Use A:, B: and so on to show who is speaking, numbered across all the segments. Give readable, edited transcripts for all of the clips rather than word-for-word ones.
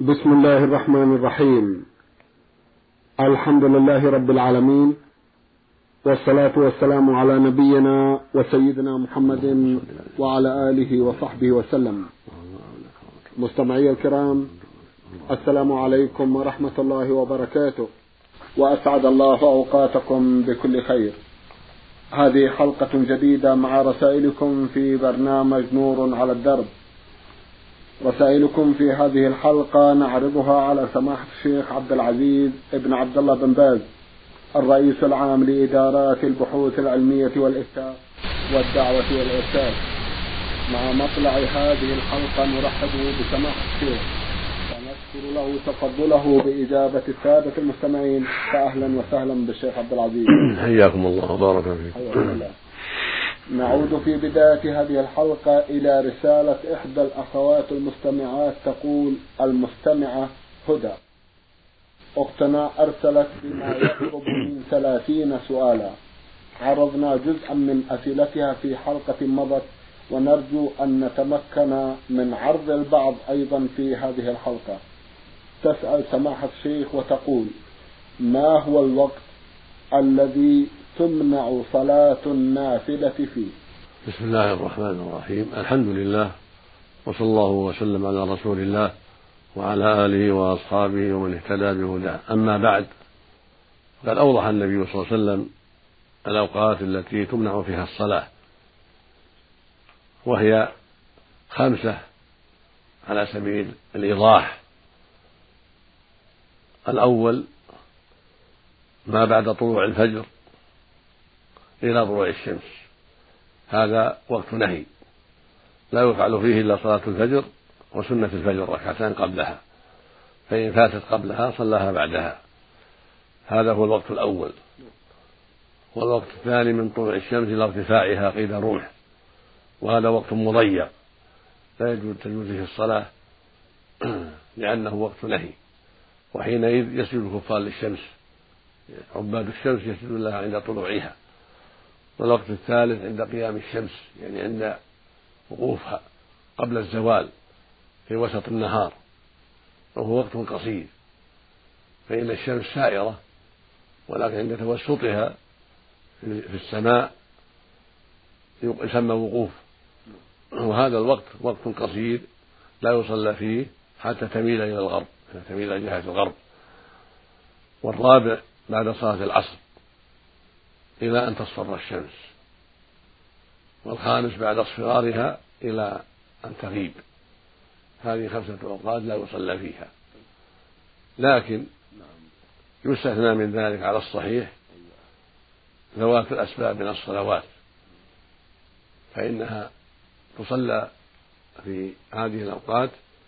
A: بسم الله الرحمن الرحيم. الحمد لله رب العالمين، والصلاة والسلام على نبينا وسيدنا محمد وعلى آله وصحبه وسلم. مستمعي الكرام، السلام عليكم ورحمة الله وبركاته، وأسعد الله أوقاتكم بكل خير. هذه حلقة جديدة مع رسائلكم في برنامج نور على الدرب. رسائلكم في هذه الحلقة نعرضها على سماحة الشيخ عبد العزيز ابن عبد الله بن باز، الرئيس العام لإدارات البحوث العلمية والإفتاء والدعوة والإرشاد. مع مطلع هذه الحلقة نرحب بسماحة الشيخ ونشكر له تفضله بإجابة السادة المستمعين. فأهلا وسهلا بالشيخ عبد العزيز.
B: حياكم الله وبارك فيكم.
A: نعود في بداية هذه الحلقة إلى رسالة إحدى الأخوات المستمعات تقول: المستمعة هدى أختنا أرسلت بما يقرب من 30 سؤالا. عرضنا جزءا من أسئلتها في حلقة مضت، ونرجو أن نتمكن من عرض البعض أيضا في هذه الحلقة. تسأل سماحة الشيخ وتقول: ما هو الوقت الذي تمنع صلاة النافلة فيه؟
B: بسم الله الرحمن الرحيم. الحمد لله، وصلى الله وسلم على رسول الله وعلى آله وأصحابه ومن اهتدى بهداه. أما بعد، قد أوضح النبي صلى الله عليه وسلم الأوقات التي تمنع فيها الصلاة، وهي 5 على سبيل الإيضاح. الأول ما بعد طلوع الفجر إلى طلوع الشمس، هذا وقت نهي، لا يفعل فيه إلا صلاة الفجر وسنة الفجر 2 قبلها، فإن فاتت قبلها صلاها بعدها. هذا هو الوقت الأول. والوقت الثاني من طلوع الشمس إلى ارتفاعها قيد رمح، وهذا وقت مضيق لا تجوز فيه الصلاة لأنه وقت نهي، وحينئذ يسجد الكفار للشمس، عباد الشمس يسجدون لها عند طلوعها. والوقت الثالث عند قيام الشمس، يعني عند وقوفها قبل الزوال في وسط النهار، وهو وقت قصير، فإن الشمس سائرة، ولكن عند توسطها في السماء يسمى وقوف، وهذا الوقت وقت قصير لا يصلى فيه حتى تميل إلى الغرب، حتى تميل إلى جهة الغرب. والرابع بعد صلاة العصر إلى أن تصفر الشمس. والخامس بعد اصفرارها إلى أن تغيب. هذه 5 أوقات لا يصلى فيها، لكن يستثنى من ذلك على الصحيح ذوات الأسباب من الصلوات، فإنها تصلى في هذه الأوقات،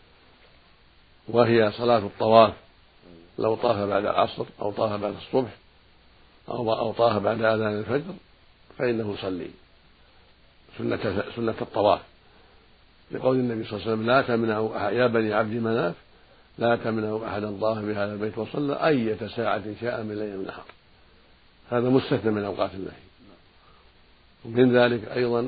B: وهي صلاة الطواف، لو طاف بعد العصر أو طاف بعد الصبح أو طاف بعد آذان الفجر فإنه يصلي سنة الطواف، لقول النبي صلى الله عليه وسلم: لا تمنعوا يا بني عبد مناف لا تمنعوا أحدا طاف بهذا البيت وصلى أية ساعة شاء من ليل النهار. هذا مستثنى من أوقات النهي. ومن ذلك أيضا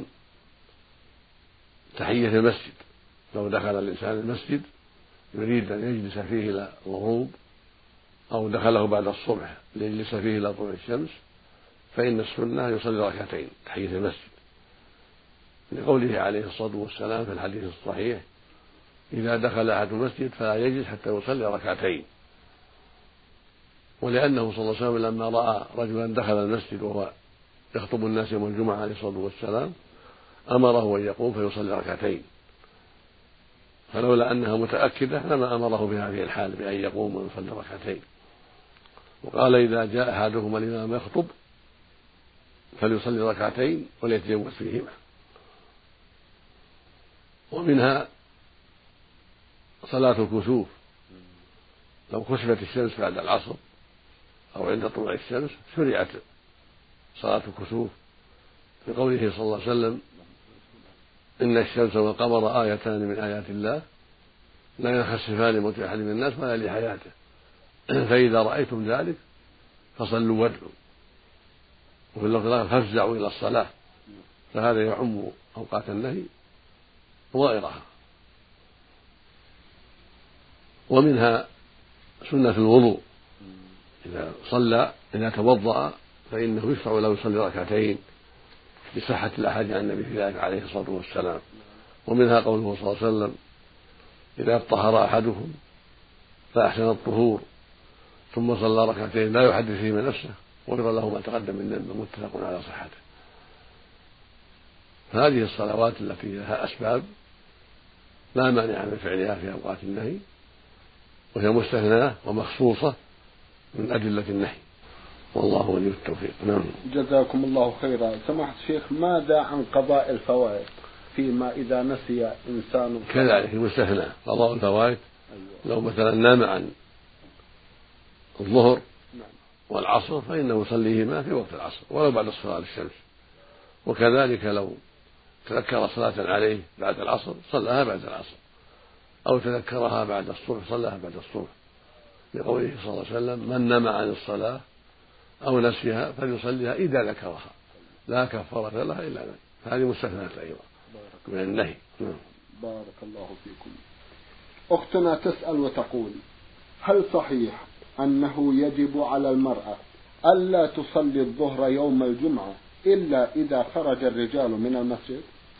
B: تحية المسجد، لو دخل الإنسان المسجد يريد أن يجلس فيه إلى الغروب، أو دخله بعد الصبح ليجلس فيه إلى طلوع الشمس، فإن السنة يصلي 2 تحية المسجد، لقوله عليه الصلاة والسلام في الحديث الصحيح: إذا دخل أحد المسجد فلا يجلس حتى يصلي 2. ولأنه صلى الله عليه وسلم لما رأى رجلا دخل المسجد وهو يخطب الناس يوم الجمعة عليه الصلاة والسلام أمره أن يقوم فيصلي 2، فلولا أنها متأكدة لما أمره بهذه الحال بأن يقوم ويصلي 2. وقال: إذا جاء أحدكم الإمام يخطب فليصلي 2 وليتجوز فيهما. ومنها صلاة الكسوف، لو كسفت الشمس بعد العصر أو عند طلوع الشمس شرعت صلاة الكسوف، لقوله صلى الله عليه وسلم: إن الشمس والقمر آيتان من آيات الله لا ينخسفان لموت أحد من الناس ولا لحياته، فإذا رأيتم ذلك فصلوا وادعوا. وفي اللفظ الآخر: فافزعوا إلى الصلاة. فهذا يعم أوقات النهي وغيرها. ومنها سنة الوضوء، إذا توضأ فإنه يشرع له يصلي ركعتين بصحة الأحاديث عن النبي في ذلك عليه الصلاة والسلام. ومنها قوله صلى الله عليه وسلم: إذا اطهر أحدكم فأحسن الطهور ثم صلى ركعتين لا يحدث فيهما نفسه غفر له ما تقدم من ذنبه، متفق على صحته. فهذه الصلوات التي لها أسباب لا مانع من فعلها في أوقات النهي، وهي مستثناة ومخصوصة من أدلة النهي، والله ولي التوفيق. نعم.
A: جزاكم الله خيرا. سماحة الشيخ، ماذا عن قضاء الفوائد فيما إذا نسي إنسان؟
B: كذلك مستثنى قضاء الفوائد. لو مثلا نام عن الظهر والعصر فإنه يصليهما في وقت العصر ولو بعد اصفرار الشمس، وكذلك لو تذكر صلاة عليه بعد العصر صلىها بعد العصر، أو تذكرها بعد الصبح صلىها بعد الصبح، لقوله صلى الله عليه وسلم: من نام عن الصلاة أو نسيها فليصليها إذا ذكرها لا كفارة لها إلا ذلك. هذه مستثنات أيضا من النهي.
A: بارك الله فيكم. أختنا تسأل وتقول: هل صحيح أنه يجب على المرأة ألا تصلي الظهر يوم الجمعة إلا إذا خرج الرجال من المسجد؟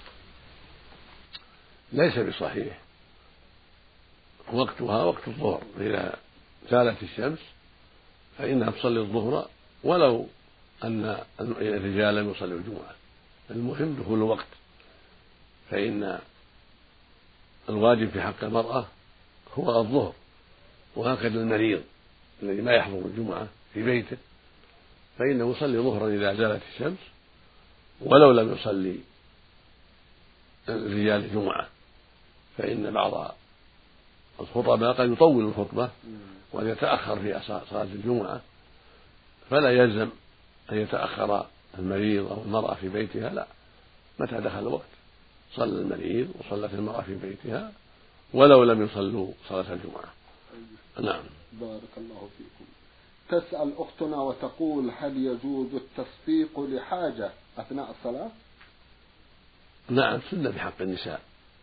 B: ليس بصحيح، وقتها وقت الظهر، إذا زالت الشمس فإنها تصلي الظهر ولو أن الرجال لم يصلوا الجمعة، المهم دخول الوقت. فإن الواجب في حق المرأة هو الظهر، وهكذا المريض الذي ما يحضر الجمعة في بيته فإنه يصلي ظهرا إذا زالت الشمس ولو لم يصلي الرجال الجمعة، فإن بعض الخطباء قد يطول الخطبة ويتأخر في صلاة الجمعة، فلا يلزم أن يتأخر المريض أو المرأة في بيتها، لا، متى دخل الوقت صلى المريض وصلت المرأة في بيتها ولو لم يصلوا صلاة الجمعة. نعم.
A: بارك الله فيكم. تسأل أختنا وتقول: هل يجوز التصفيق لحاجة أثناء الصلاة؟
B: نعم، سنة في حق النساء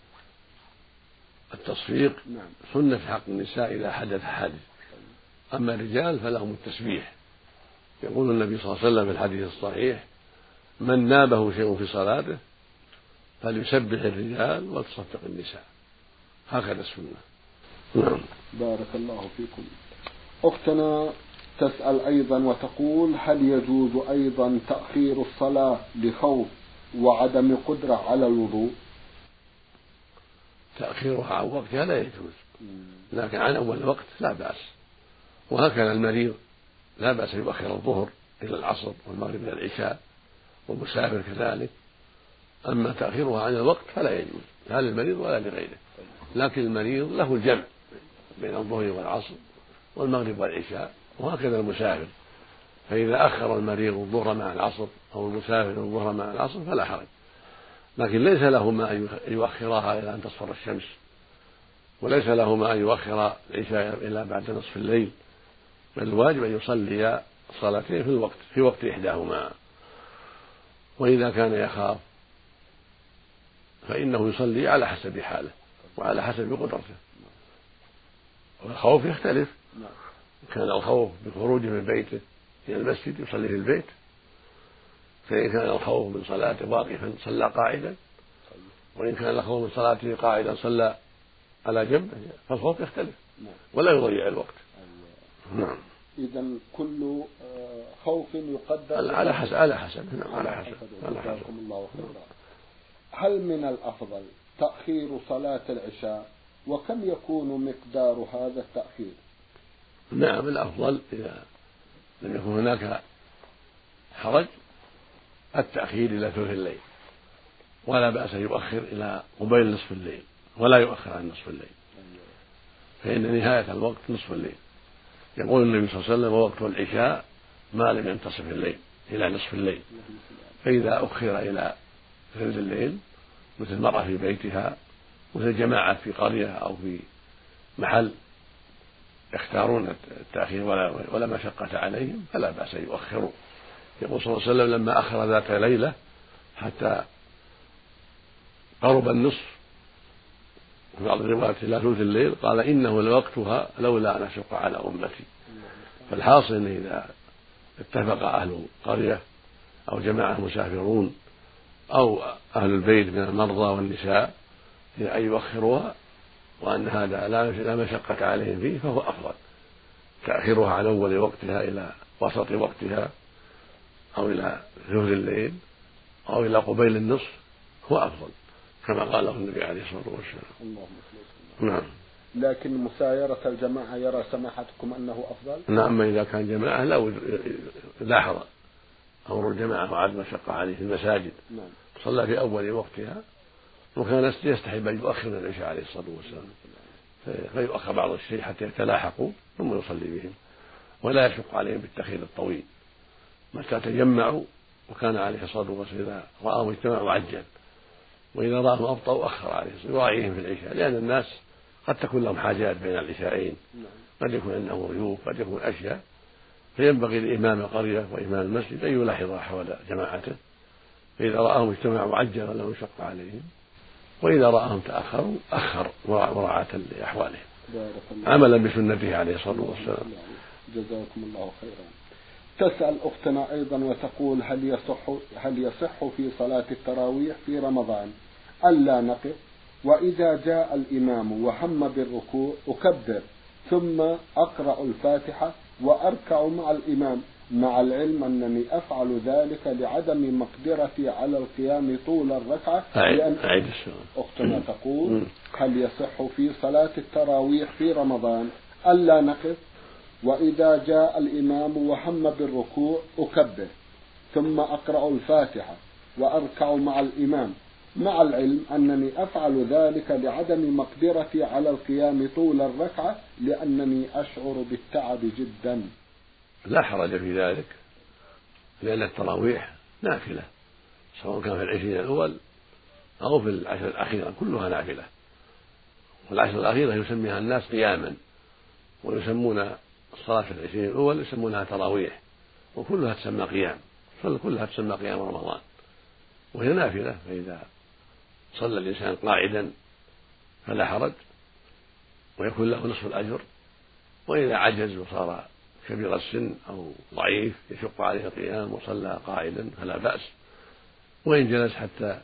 B: التصفيق. نعم. سنة في حق النساء إذا حدث حادث، أما الرجال فلهم التسبيح. يقول النبي صلى الله عليه وسلم في الحديث الصحيح: من نابه شيء في صلاته فليسبح الرجال وتصفق النساء، هكذا السنة. نعم.
A: بارك الله فيكم. أختنا تسأل أيضا وتقول: هل يجوز أيضا تأخير الصلاة لخوف وعدم قدرة على الوضوء؟
B: تأخيرها عن وقتها لا يجوز، لكن عن أول الوقت لا بأس. وهكذا المريض لا بأس يؤخر الظهر إلى العصر والمغرب إلى العشاء، والمسافر كذلك. أما تأخيرها عن الوقت فلا يجوز لا للمريض ولا لغيره، لكن المريض له الجمع بين الظهر والعصر والمغرب والعشاء، وهكذا المسافر، فإذا أخر المريض الظهر مع العصر أو المسافر الظهر مع العصر فلا حرج، لكن ليس له ما أن يؤخرها إلى أن تصفر الشمس، وليس له ما أن يؤخر العشاء إلى بعد نصف الليل، بل الواجب أن يصلي صلاتين في وقت إحداهما. وإذا كان يخاف فإنه يصلي على حسب حاله وعلى حسب قدرته، والخوف يختلف. كان الخوف بخروجه من بيته إلى المسجد يصلي في البيت، فإن كان الخوف من صلاته واقفا صلى قاعدا، وإن كان الخوف من صلاته قاعدا صلى على جنبه، فالخوف يختلف ولا يضيع الوقت. نعم.
A: إذا كل خوف يقدر
B: على حسب. على حسب.
A: جزاكم الله خيرا. هل من الأفضل تأخير صلاة العشاء، وكم يكون مقدار هذا التأخير؟
B: نعم، الأفضل إذا لم يكن هناك حرج التأخير إلى ثلث الليل، ولا بأس يؤخر إلى قبيل نصف الليل ولا يؤخر عن نصف الليل، فإن نهاية الوقت نصف الليل. يقول النبي صلى الله عليه وسلم: ووقت العشاء ما لم ينتصف الليل إلى نصف الليل. فإذا أخر إلى ثلث الليل مثل المرأة في بيتها، مثل جماعة في قرية أو في محل يختارون التأخير ولا مشقة عليهم، فلا بأس أن يؤخروا. يقول صلى الله عليه وسلم: لما أخر ذات ليلة حتى قرب النصف في بعض الروايات إلى ثلث الليل، قال إنه لوقتها لولا أن أشق على أمتي. فالحاصل إن إذا اتفق أهل قرية أو جماعة مسافرون أو أهل البيت من المرضى والنساء أن يؤخروها، وأن هذا لا مشقة عليهم فيه، فهو أفضل. تأخيرها عن أول وقتها إلى وسط وقتها أو إلى ثلث الليل أو إلى قبيل النصف هو أفضل، كما قاله النبي عليه الصلاة والسلام. نعم.
A: لكن مسايرة الجماعة يرى سماحتكم أنه أفضل؟
B: نعم، إذا كان جماعة لا حرج. أمر الجماعة وعدم مشقة عليه في المساجد.
A: نعم.
B: صلى في أول وقتها، وكان يستحب أن يؤخر من العشاء عليه الصلاة والسلام، فيؤخر بعض الشيء حتى يتلاحقوا ثم يصلي بهم، ولا يشق عليهم بالتأخير الطويل. متى تجمعوا وكان عليه الصلاة والسلام إذا رأهم اجتمعوا عجل، وإذا رأهم أبطأوا أخر عليه الصلاة يراعيهم في العشاء، لأن الناس قد تكون لهم حاجات بين العشاءين، قد يكون عندهم ضيوف، قد يكون أشياء، فينبغي لإمام القرية وإمام المسجد أن يلاحظ أحوال جماعته، فإذا رأهم اجتمعوا عجل ولم يشق عليهم، وإذا رأهم تأخروا أخر مراعاة لأحوالهم عملا بسنته عليه الصلاة والسلام.
A: جزاكم الله خيرا. تسأل أختنا أيضا وتقول: هل يصح في صلاة التراويح في رمضان ألا نقف، وإذا جاء الإمام وهم بالركوع أكبر ثم أقرأ الفاتحة وأركع مع الإمام، مع العلم أنني أفعل ذلك لعدم مقدرتي على القيام طول الركعة؟
B: لأن
A: أختنا تقول: هل يصح في صلاة التراويح في رمضان ألا نقف، وإذا جاء الإمام وهم بالركوع أكبر ثم أقرأ الفاتحة وأركع مع الإمام، مع العلم أنني أفعل ذلك لعدم مقدرتي على القيام طول الركعة لأنني أشعر بالتعب جدا؟
B: لا حرج في ذلك، لأن التراويح نافلة، سواء كان في العشرين الأول أو في العشر الأخيرة، كلها نافلة. والعشر الأخيرة يسميها الناس قياما، ويسمون الصلاة في العشرين الأول يسمونها تراويح، وكلها تسمى قيام، كلها تسمى قيام رمضان، وهي نافلة. فإذا صلى الإنسان قاعدا فلا حرج، ويكون له نصف الأجر، وإذا عجز وصار كبير السن أو ضعيف يشق عليه القيام وصلى قاعدا فلا بأس، وإن جلس حتى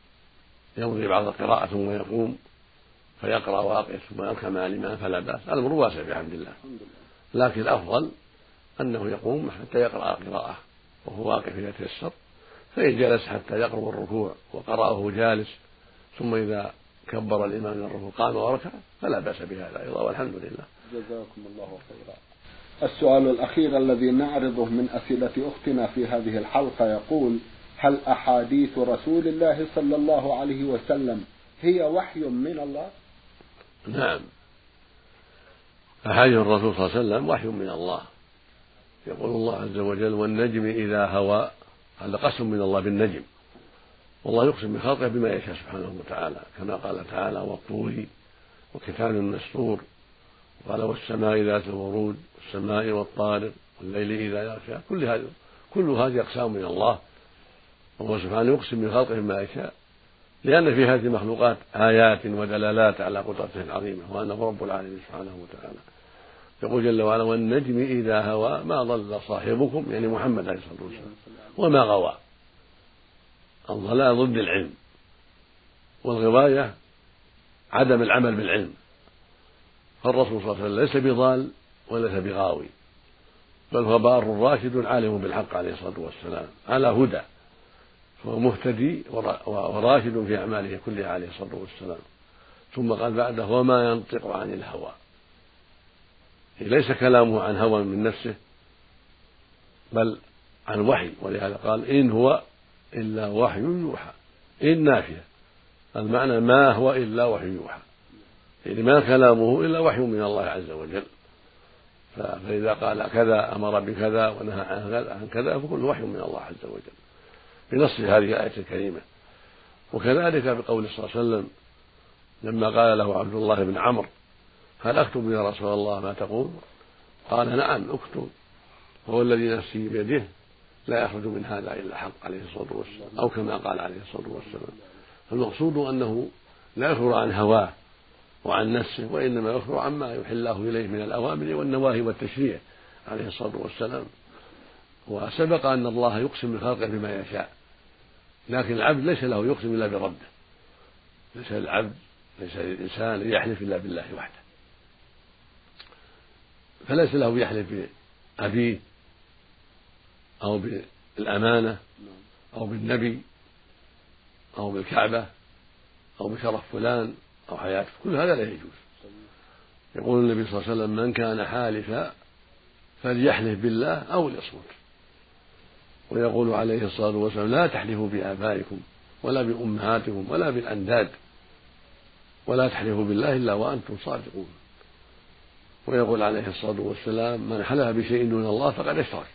B: يمضي بعض القراءة ثم يقوم فيقرأ واقف ثم يركع مع الإمام فلا بأس، الأمر واسع بحمد الله. لكن الأفضل أنه يقوم حتى يقرأ قراءة وهو واقف إذا تيسر، فإن جلس حتى يقرب الركوع وقرأه جالس، ثم إذا كبر الإمام من الركوع قام وركع فلا بأس بهذا أيضا، والحمد لله.
A: جزاكم الله خيرا. السؤال الأخير الذي نعرضه من أسئلة أختنا في هذه الحلقة يقول: هل أحاديث رسول الله صلى الله عليه وسلم هي وحي من الله؟
B: نعم، أحاديث الرسول صلى الله عليه وسلم وحي من الله. يقول الله عز وجل: والنجم إذا هوى، هذا قسم من الله بالنجم، والله يقسم بخلقه بما يشاء سبحانه وتعالى، كما قال تعالى: والطور وكتاب مسطور، قال: والسماء ذات الورود والسماء والطارق والليل إذا يغشى. كل هذه أقسام من الله، وهو سبحانه يقسم بخلقه بما يشاء، لأن في هذه المخلوقات آيات ودلالات على قدرته العظيمة وأنه رب العالمين سبحانه وتعالى. يقول جل وعلا: والنجم إذا هوى ما ضل صاحبكم، يعني محمد عليه الصلاة والسلام، وما غوى. الضلال ضد العلم، والغواية عدم العمل بالعلم، فالرسول صلى الله عليه وسلم ليس بضال وليس بغاوي، بل هو بار راشد عالم بالحق عليه الصلاة والسلام، على هدى، فهو مهتدي وراشد في أعماله كلها عليه الصلاة والسلام. ثم قال بعده: وما ينطق عن الهوى، ليس كلامه عن هوى من نفسه بل عن وحي، ولهذا قال: إن هو إلا وحي يوحى. إن نافية، المعنى ما هو إلا وحي يوحى، يعني ما كلامه إلا وحي من الله عز وجل. فإذا قال كذا أمر بكذا ونهى عن كذا فكل وحي من الله عز وجل بنص هذه الآية الكريمة. وكذلك بقول صلى الله عليه وسلم لما قال له عبد الله بن عمرو: هل أكتب يا رسول الله ما تقول؟ قال: نعم اكتب، هو الذي نفسي بيده لا يخرج من هذا إلا حق عليه الصلاة والسلام، أو كما قال عليه الصلاة والسلام. فالمقصود أنه لا يخرج عن هواه وعن نفسه، وإنما يخبر عما يوحي الله إليه من الأوامر والنواهي والتشريع عليه الصلاة والسلام. وسبق أن الله يقسم من خلقه بما يشاء، لكن العبد ليس له يقسم إلا بربه، ليس للعبد ليس للإنسان أن يحلف إلا بالله وحده، فليس له يحلف بأبيه أو بالأمانة أو بالنبي أو بالكعبة أو بشرف فلان أو حياته، كل هذا لا يجوز. يقول النبي صلى الله عليه وسلم: من كان حالفا فليحلف بالله أو ليصمت. ويقول عليه الصلاة والسلام: لا تحلفوا بآبائكم ولا بأمهاتكم ولا بالأنداد، ولا تحلفوا بالله إلا وأنتم صادقون. ويقول عليه الصلاة والسلام: من حلف بشيء دون الله فقد أشرك.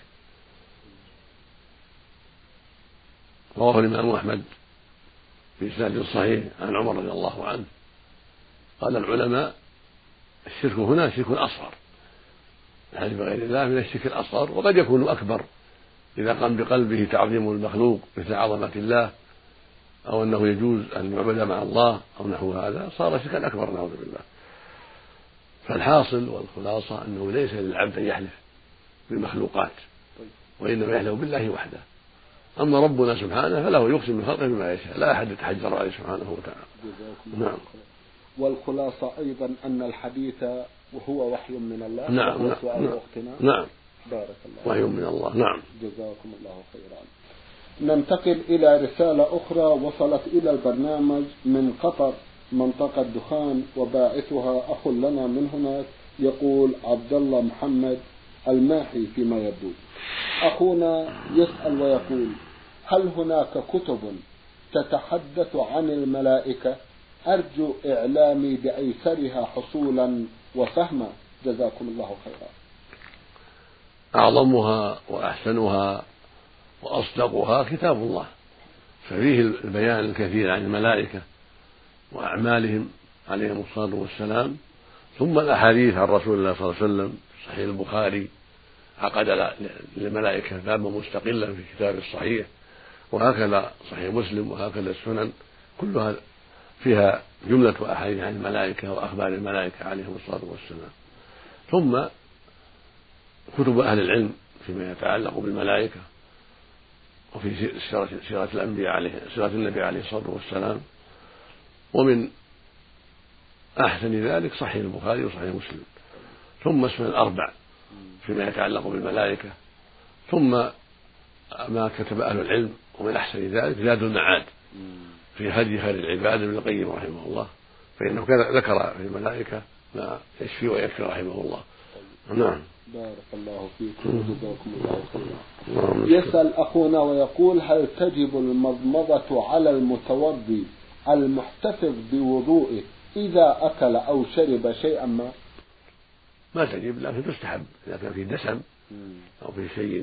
B: رواه الإمام أحمد بإسناد صحيح عن عمر رضي الله عنه قال العلماء: الشرك هنا شرك أصغر، الحلف بغير الله من الشرك الأصغر، وقد يكون أكبر إذا قام بقلبه تعظيم المخلوق مثل عظمة الله، أو أنه يجوز أن يعبد مع الله أو نحو هذا، صار شركا أكبر نعوذ بالله. فالحاصل والخلاصة أنه ليس للعبد أن يحلف بالمخلوقات، وإنما يحلف بالله وحده. أما ربنا سبحانه فله يقسم من خلقه بما يشاء، لا أحد يتحجر عليه سبحانه وتعالى.
A: نعم. والخلاصة أيضا أن الحديث وهو وحي من الله.
B: نعم. نعم.
A: بارك الله.
B: وحي من الله. نعم.
A: جزاكم الله خيرا. ننتقل إلى رسالة أخرى وصلت إلى البرنامج من قطر منطقة دخان، وباعثها أخ لنا من هناك، يقول عبد الله محمد الماحي فيما يبدو. أخونا يسأل ويقول: هل هناك كتب تتحدث عن الملائكة؟ أرجو إعلامي بأيسرها حصولا وفهما، جزاكم الله خيرا.
B: أعظمها وأحسنها وأصدقها كتاب الله، ففيه البيان الكثير عن الملائكة وأعمالهم عليهم الصلاة والسلام، ثم الأحاديث عن رسول الله صلى الله عليه وسلم. صحيح البخاري عقد للملائكة بابا مستقلا في كتاب الصحيح، وهكذا صحيح مسلم، وهكذا السنن كلها فيها جملة أحاديث عن الملائكة وأخبار الملائكة عليهم الصلاة والسلام. ثم كتب أهل العلم فيما يتعلق بالملائكة، وفي سيرة النبي عليه الصلاة والسلام. ومن أحسن ذلك صحيح البخاري وصحيح مسلم، ثم السنن الأربع فيما يتعلق بالملائكة، ثم ما كتب أهل العلم. ومن أحسن ذلك زاد المعاد في هدي خير العباد ابن القيم رحمه الله، فإنه ذكر في الملائكة ما يشفي ويكفي رحمه الله. نعم.
A: بارك الله فيكم وجزاكم الله خيرا. يسأل أخونا ويقول: هل تجب المضمضة على المتوضي المحتفظ بوضوئه إذا أكل أو شرب شيئا ما؟
B: ما تجب، لكن تستحب إذا كان في دسم أو في شيء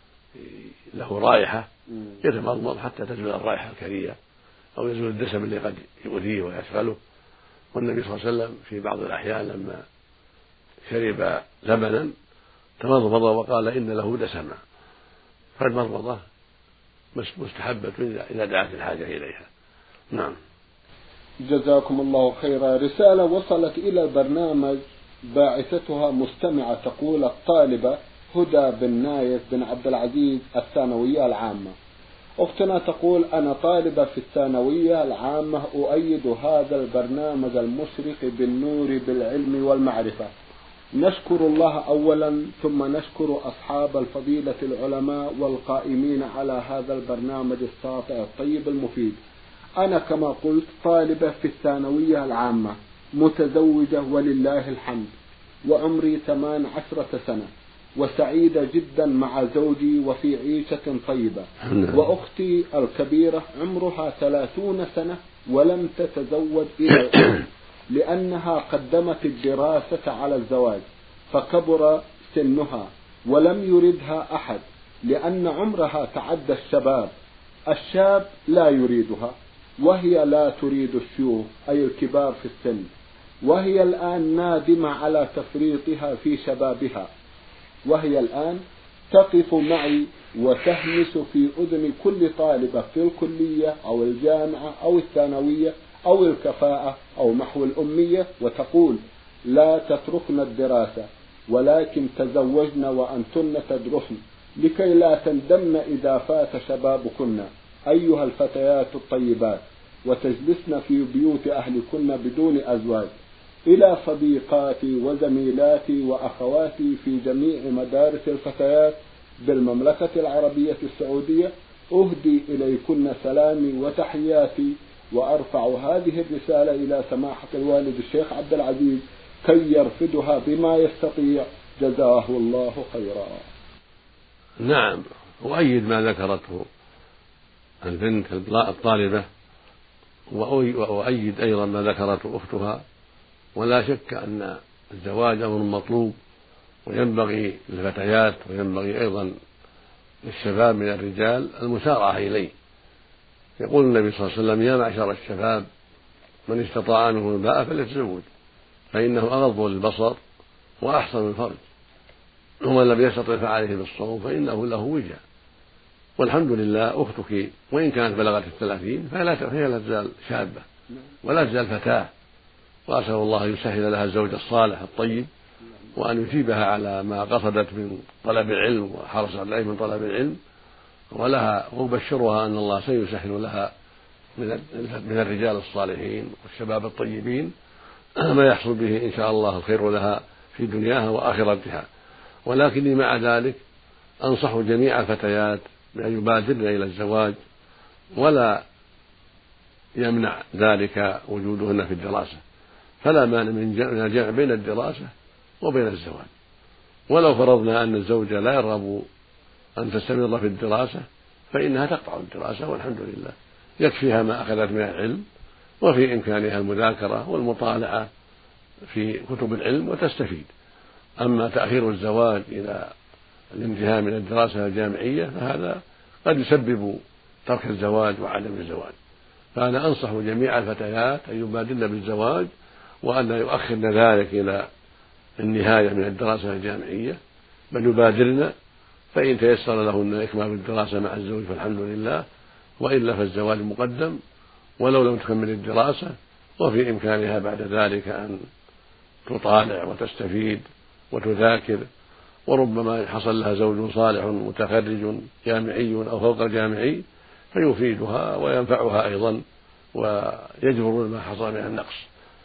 B: له رائحة يتمضمض حتى تزول الرائحة الكريهة أو يزول الدسم اللي قد يؤذيه ويشغله. والنبي صلى الله عليه وسلم في بعض الأحيان لما شرب لبنا تمضمض وقال: إن له دسما. فالمضمضة مستحبة إذا دعت الحاجة إليها. نعم.
A: جزاكم الله خيرا. رسالة وصلت إلى البرنامج باعثتها مستمعة تقول: الطالبة هدى بن نايف بن عبد العزيز الثانوية العامة. أختنا تقول: أنا طالبة في الثانوية العامة، أؤيد هذا البرنامج المشرق بالنور بالعلم والمعرفة. نشكر الله أولا، ثم نشكر أصحاب الفضيلة العلماء والقائمين على هذا البرنامج الساطع الطيب المفيد. أنا كما قلت طالبة في الثانوية العامة، متزوجة ولله الحمد، وعمري 18 سنة، وسعيدة جدا مع زوجي وفي عيشة طيبة. وأختي الكبيرة عمرها 30 سنة ولم تتزوج إلى الآن، لأنها قدمت الدراسة على الزواج فكبر سنها ولم يردها أحد، لأن عمرها تعدى الشباب. الشاب لا يريدها، وهي لا تريد الشيوخ أي الكبار في السن، وهي الآن نادمة على تفريطها في شبابها، وهي الآن تقف معي وتهمس في أذن كل طالبة في الكلية أو الجامعة أو الثانوية أو الكفاءة أو محو الأمية، وتقول لا تتركن الدراسة ولكن تزوجن وأنتن تدرسن لكي لا تندمن إذا فات شبابكن أيها الفتيات الطيبات، وتجلسن في بيوت أهلكن بدون أزواج. إلى صديقاتي وزميلاتي وأخواتي في جميع مدارس الفتيات بالمملكة العربية السعودية، أهدي إليكن سلامي وتحياتي، وأرفع هذه الرسالة إلى سماحة الوالد الشيخ عبد العزيز كي يرفدها بما يستطيع، جزاه الله خيرا.
B: نعم، وأيد ما ذكرته البنت الطالبة، وأيد أيضا ما ذكرته أختها، ولا شك أن الزواج أمر مطلوب، وينبغي للفتيات وينبغي أيضا للشباب من الرجال المسارعة إليه. يقول النبي صلى الله عليه وسلم: يا معشر الشباب من استطاع منكم الباءة فليتزوج فإنه أغض للبصر وأحصن الفرج، ومن لم يستطع فعليه بالصوم فإنه له وجاء. والحمد لله أختك وإن كانت بلغت 30 فهي لا تزال شابة ولا تزال فتاة، وأسأل الله أن يسهل لها الزوج الصالح الطيب، وأن يثيبها على ما قصدت من طلب العلم وحرصت عليه من طلب العلم، وأبشرها أن الله سيسهل لها من الرجال الصالحين والشباب الطيبين ما يحصل به إن شاء الله الخير لها في دنياها وآخرتها. ولكني مع ذلك أنصح جميع الفتيات بأن يبادرن إلى الزواج، ولا يمنع ذلك وجودهن في الدراسة، فلا مانع من الجمع بين الدراسة وبين الزواج. ولو فرضنا أن الزوجة لا يرغب أن تستمر في الدراسة فإنها تقطع الدراسة، والحمد لله يكفيها ما أخذت من العلم، وفي إمكانها المذاكرة والمطالعة في كتب العلم وتستفيد. أما تأخير الزواج إلى الانتهاء من الدراسة الجامعية فهذا قد يسبب ترك الزواج وعدم الزواج. فأنا أنصح جميع الفتيات أن يبادرن بالزواج، وأن لا يؤخرن ذلك إلى النهاية من الدراسة الجامعية، بل يبادرن، فإن تيسر لهن إكمال الدراسة مع الزوج فالحمد لله، وإلا فالزواج مقدم ولو لم تكمل الدراسة، وفي إمكانها بعد ذلك أن تطالع وتستفيد وتذاكر، وربما حصل لها زوج صالح متخرج جامعي أو فوق الجامعي فيفيدها وينفعها أيضا ويجبر ما حصل من النقص.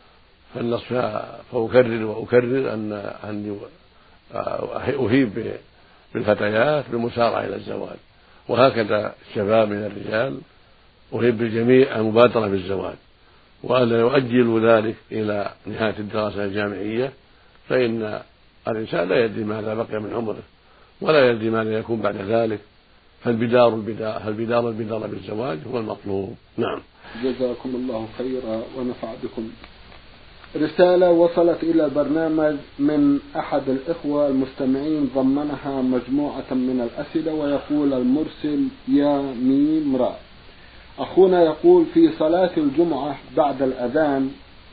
B: فأكرر وأكرر أن أهيب بالفتيات بالمسارعة إلى الزواج، وهكذا الشباب من الرجال أهيب بالجميع المبادرة بالزواج، وألا يؤجلوا ذلك إلى نهاية الدراسة الجامعية، فإن الإنسان لا يدري ماذا بقي من عمره ولا يدري ماذا يكون بعد ذلك، فالبدار بالزواج هو المطلوب. نعم،
A: جزاكم الله خيرا ونفع بكم. رسالة وصلت إلى البرنامج من أحد الإخوة المستمعين ضمنها مجموعة من الأسئلة، ويقول المرسل: يا ميم را، أخونا يقول في صلاة الجمعة بعد الأذان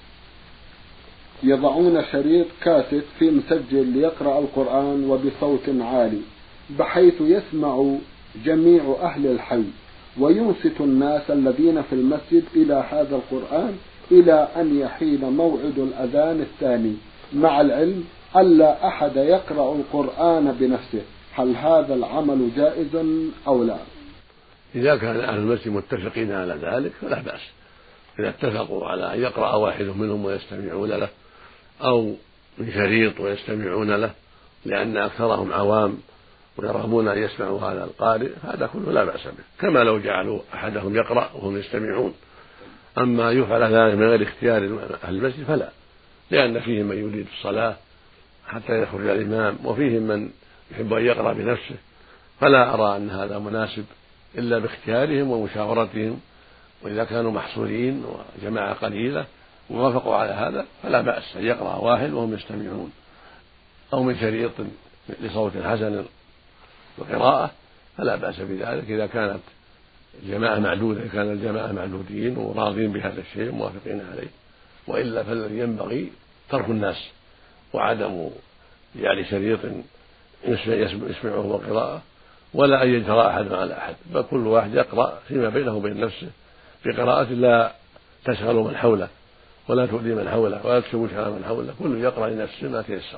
A: يضعون شريط كاسيت في مسجل ليقرأ القرآن وبصوت عالي بحيث يسمع جميع أهل الحي، وينصت الناس الذين في المسجد إلى هذا القرآن إلى أن يحين موعد الأذان الثاني، مع العلم ألا أحد يقرأ القرآن بنفسه، هل هذا العمل جائز أو لا؟
B: إذا كان أهل المسجد متفقين على ذلك فلا بأس، إذا اتفقوا على أن يقرأ واحد منهم ويستمعون له، أو من شريط ويستمعون له، لأن أكثرهم عوام ويرغبون أن يسمعوا هذا القارئ، هذا كله لا بأس به، كما لو جعلوا أحدهم يقرأ وهم يستمعون. أما يفعل ذلك من غير اختيار أهل المسجد فلا، لأن فيهم من يريد الصلاة حتى يخرج الإمام، وفيهم من يحب أن يقرأ بنفسه، فلا أرى أن هذا مناسب إلا باختيارهم ومشاورتهم، وإذا كانوا محصورين وجماعة قليلة ووافقوا على هذا فلا بأس أن يقرأ واحد وهم يستمعون، أو من شريط لصوت حسن وقراءة فلا بأس بذلك، إذا كانت الجماعة معدودة، كان الجماعة معدودين وراضين بهذا الشيء موافقين عليه. وإلا فالذي ينبغي ترك الناس وعدم جعل شريط يسمعه وقراءة، ولا أن يجرى أحد على أحد، بل كل واحد يقرأ فيما بينه وبين نفسه بقراءة لا تشغل من حوله ولا تؤذي من حوله ولا تشوش على من حوله، كل يقرأ لنفسه ما تيسر.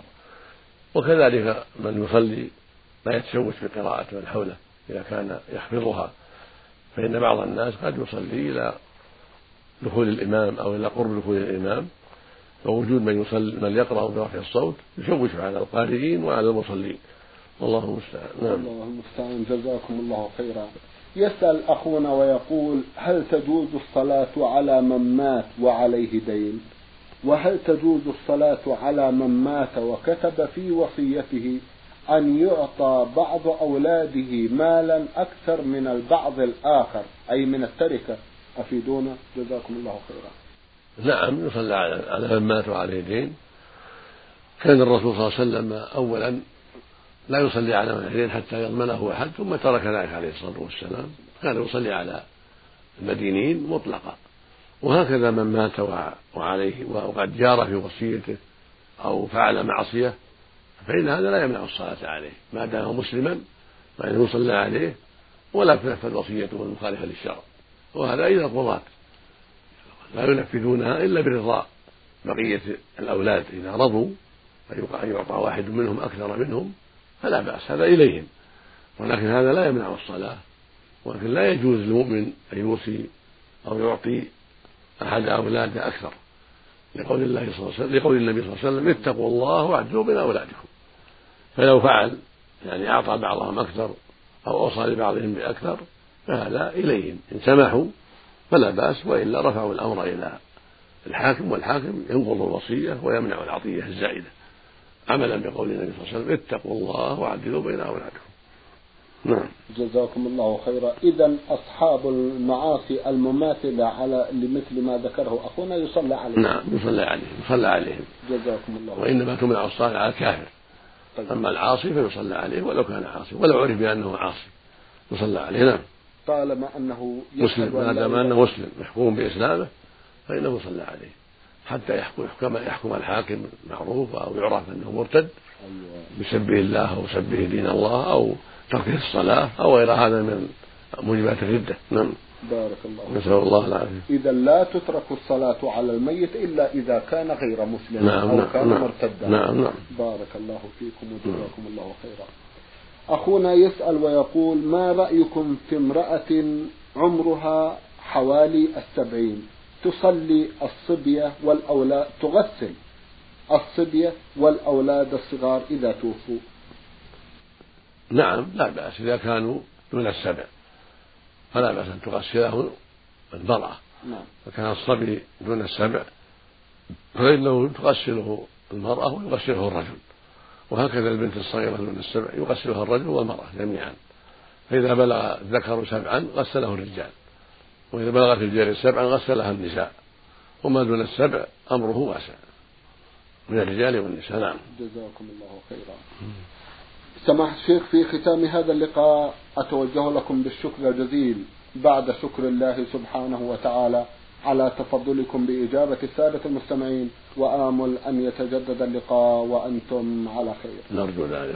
B: وكذلك من يصلي لا يتشوش بقراءة من حوله إذا كان يحفظها، فإن بعض الناس قد يصلي إلى دخول الإمام أو إلى قرب دخول الإمام، ووجود من يقرأ برفع الصوت يشوش على القارئين وعلى المصلين، والله المستعان. نعم.
A: الله المستعان، جزاكم الله خيرا. يسأل أخونا ويقول: هل تجوز الصلاة على من مات وعليه دين؟ وهل تجوز الصلاة على من مات وكتب في وصيته أن يعطى بعض أولاده مالا أكثر من البعض الآخر، أي من التركة؟ أفيدونا جزاكم الله خيرا.
B: نعم، يصلى على من مات وعليه دين. كان الرسول صلى الله عليه وسلم أولا لا يصلي على من عليه حتى يضمنه أحد، ثم ترك ذلك عليه الصلاة والسلام، كان يصلي على المدينين مطلقا. وهكذا من مات وعليه وقد جار في وصيته أو فعل معصية فإن هذا لا يمنع الصلاة عليه ما دام مسلما، فإنه يصلى عليه ولا تنفذ وصيته المخالفة للشرع. وهذا إذا القضاة لا ينفذونها إلا برضا بقية الأولاد، إذا رضوا أن يعطى واحد منهم أكثر منهم فلا بأس، هذا إليهم، ولكن هذا لا يمنع الصلاة. ولكن لا يجوز للمؤمن أن يوصي أو يعطي أحد أولاده أكثر، لقول النبي صلى الله عليه وسلم: اتقوا الله واعدلوا بين أولادكم. فلو فعل يعني أعطى بعضهم أكثر أو أوصى لبعضهم بأكثر فهذا إليهم، إن سمحوا فلا بأس، وإلا رفعوا الأمر إلى الحاكم، والحاكم ينقض الوصية ويمنع العطية الزائدة، عملا بقول النبي صلى الله عليه وسلم: اتقوا الله واعدلوا بين أولادكم. نعم.
A: جزاكم الله خيرا. إذا أصحاب المعاصي المماثلة لمثل ما ذكره أخونا يصلى عليهم.
B: نعم، يصلى عليهم.
A: جزاكم الله.
B: وإنما تمنع الصلاة على الكافر. طيب. أما العاصي فيصلى عليه ولو كان عاصي، ولو عرف بأنه عاصي يصلى عليه. نعم.
A: طالما أنه
B: مسلم، ما دام أنه مسلم محكوم بإسلامه فإنه يصلى عليه حتى يحكم الحاكم معروف أو يعرف أنه مرتد بسبه الله أو سبه دين الله أو تركه الصلاة أو غير هذا من موجبات الردة. نعم.
A: بارك الله.
B: نسأل الله العافية.
A: إذا لا تترك الصلاة على الميت إلا إذا كان غير مسلم.
B: نعم.
A: أو كان مرتدا.
B: نعم.
A: بارك الله فيكم وجزاكم الله خيرا. أخونا يسأل ويقول: ما رأيكم في امرأة عمرها حوالي 70 تصلي الصبية والأولاد، تغسل الصبية والأولاد الصغار إذا توفوا؟
B: نعم، لا بأس إذا كانوا دون 7 فلا بأس أن تغسله المرأة.
A: نعم.
B: فكان الصبي دون 7 فإنه تغسله المرأة ويغسله الرجل، وهكذا البنت الصغيرة دون 7 يغسلها الرجل والمرأة جميعا. فإذا بلغ الذكر 7 غسله الرجال، وإذا بلغت الجارية 7 غسلها النساء، وما دون 7 أمره واسع من الرجال والنساء. نعم.
A: جزاكم الله خيرا. سماحة الشيخ، في ختام هذا اللقاء أتوجه لكم بالشكر الجزيل بعد شكر الله سبحانه وتعالى على تفضلكم بإجابة السادة المستمعين، وآمل أن يتجدد اللقاء وأنتم على خير.
B: نرجو ذلك.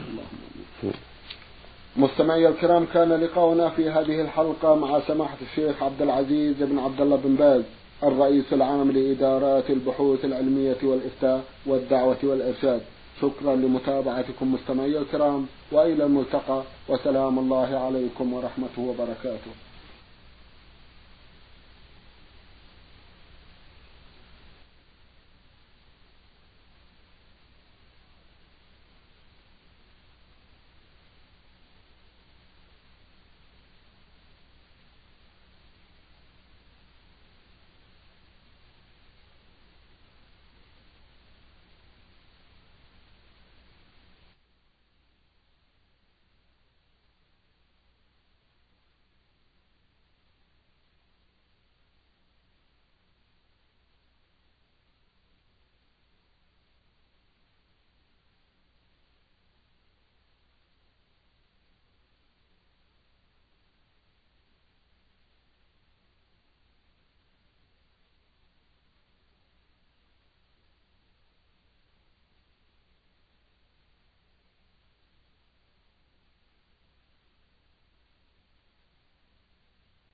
A: مستمعي الكرام، كان لقاؤنا في هذه الحلقة مع سماحة الشيخ عبد العزيز بن عبد الله بن باز، الرئيس العام لإدارات البحوث العلمية والإفتاء والدعوة والإرشاد. شكرا لمتابعتكم مستمعي الكرام، وإلى الملتقى، وسلام الله عليكم ورحمته وبركاته.